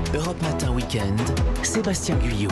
Europe Matin Week-end, Sébastien Guyot.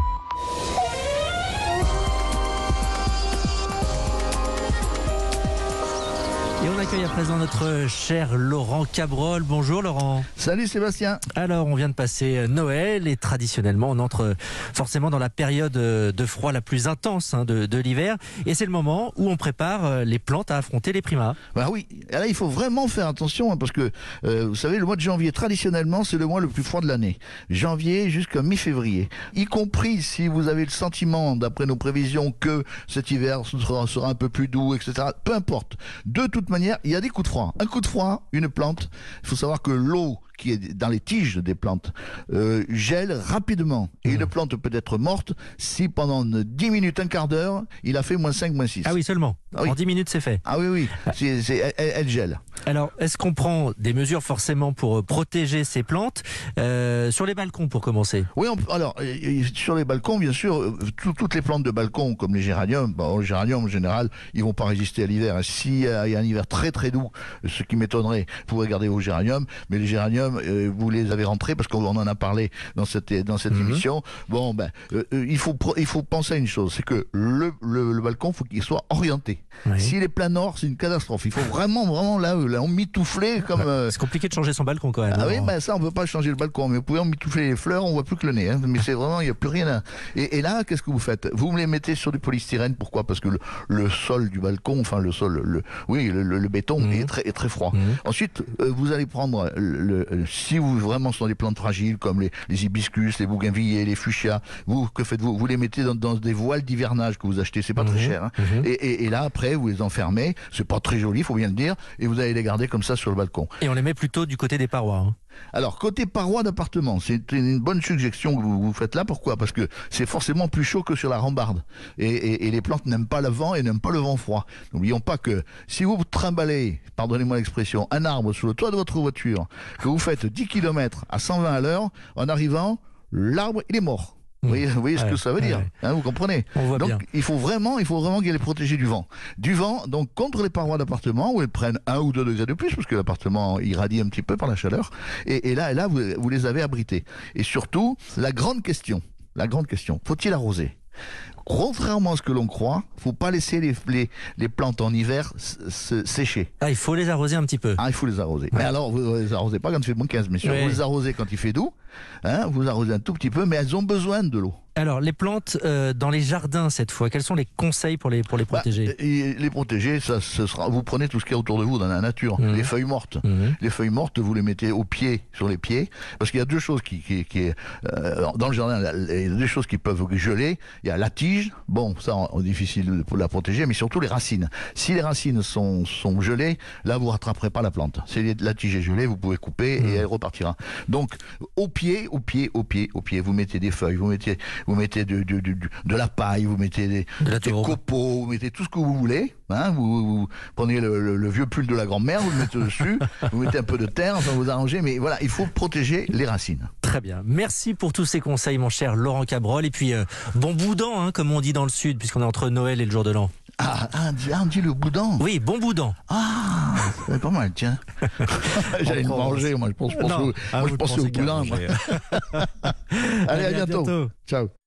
Et on accueille à présent notre cher Laurent Cabrol. Bonjour Laurent. Salut Sébastien. Alors on vient de passer Noël et traditionnellement on entre forcément dans la période de froid la plus intense de l'hiver. Et c'est le moment où on prépare les plantes à affronter les primas. Bah oui, et là il faut vraiment faire attention parce que vous savez, le mois de janvier traditionnellement c'est le mois le plus froid de l'année. Janvier jusqu'à mi-février. Y compris si vous avez le sentiment, d'après nos prévisions, que cet hiver sera un peu plus doux, etc. Peu importe. De toute manière, il y a des coups de froid. Un coup de froid, une plante, il faut savoir que l'eau qui est dans les tiges des plantes gèle rapidement. Et une plante peut être morte si pendant 10 minutes, un quart d'heure, il a fait -5, -6. Ah oui, seulement. Ah oui. En 10 minutes c'est fait. Ah oui, elle gèle. Alors, est-ce qu'on prend des mesures forcément pour protéger ces plantes sur les balcons pour commencer? Oui, alors, sur les balcons, bien sûr, toutes les plantes de balcon, comme les géraniums, les géraniums en général, ils vont pas résister à l'hiver. S'il y a un hiver très très doux, ce qui m'étonnerait, vous pouvez garder vos géraniums, mais les géraniums, vous les avez rentrés, parce qu'on en a parlé dans cette émission. Bon, il faut penser à une chose, c'est que le balcon, faut qu'il soit orienté. Oui. S'il est plein nord, c'est une catastrophe. Il faut vraiment là emmitoufler comme... C'est compliqué de changer son balcon quand même. Ah oui, ça on peut pas changer le balcon, mais vous pouvez emmitoufler les fleurs, on voit plus que le nez, hein. Mais c'est vraiment, il n'y a plus rien. Et là, qu'est-ce que vous faites? Vous me les mettez sur du polystyrène. Pourquoi? Parce que le sol du balcon, enfin le sol, le béton est très froid. Ensuite, vous allez prendre si vous vraiment sont des plantes fragiles comme les hibiscus, les bougainvilliers, les fuchsias, que faites-vous? Vous les mettez dans des voiles d'hivernage que vous achetez, c'est pas très cher, hein. Et là après vous les enfermez, c'est pas très joli, faut bien le dire, et vous allez les garder comme ça sur le balcon. Et on les met plutôt du côté des parois, hein. Alors, côté parois d'appartement, c'est une bonne suggestion que vous faites là. Pourquoi? Parce que c'est forcément plus chaud que sur la rambarde. Et les plantes n'aiment pas le vent et n'aiment pas le vent froid. N'oublions pas que si vous trimballez, pardonnez-moi l'expression, un arbre sur le toit de votre voiture, que vous faites 10 km à 120 à l'heure, en arrivant, l'arbre, il est mort. Vous voyez ce que ça veut dire, hein, vous comprenez? Donc bien. Il faut vraiment qu'il est protégé du vent. Du vent, donc contre les parois d'appartement, où elles prennent 1 ou 2 degrés de plus, parce que l'appartement irradie un petit peu par la chaleur. Et là vous les avez abrités. Et surtout, la grande question, faut-il arroser? Contrairement à ce que l'on croit, faut pas laisser les plantes en hiver sécher. Ah, il faut les arroser un petit peu. Ah, il faut les arroser. Ouais. Mais alors, vous les arrosez pas quand il fait -15, bien sûr. Vous les arrosez quand il fait doux. Hein, vous arrosez un tout petit peu, mais elles ont besoin de l'eau. Alors, les plantes dans les jardins cette fois, quels sont les conseils pour les protéger? Les protéger, ce sera. Vous prenez tout ce qu'il y a autour de vous dans la nature. Les feuilles mortes. Les feuilles mortes, vous les mettez sur les pieds, parce qu'il y a deux choses dans le jardin. Il y a deux choses qui peuvent geler. Il y a la tige. Bon, ça, difficile pour la protéger, mais surtout les racines. Si les racines sont gelées, là, vous rattraperez pas la plante. Si la tige est gelée, vous pouvez couper et elle repartira. Donc, au pied, vous mettez des feuilles, vous mettez de la paille, vous mettez des copeaux, vous mettez tout ce que vous voulez. Hein, vous prenez le vieux pull de la grand-mère, vous le mettez dessus, vous mettez un peu de terre, enfin vous arrangez, mais voilà, il faut protéger les racines. Très bien. Merci pour tous ces conseils, mon cher Laurent Cabrol. Et puis, bon boudin, hein, comme on dit dans le sud, puisqu'on est entre Noël et le jour de l'an. On dit le boudin. Oui, bon boudin. Ah, c'est pas mal, tiens. J'allais le manger, moi je pense au boudin. Allez, à bientôt. Ciao.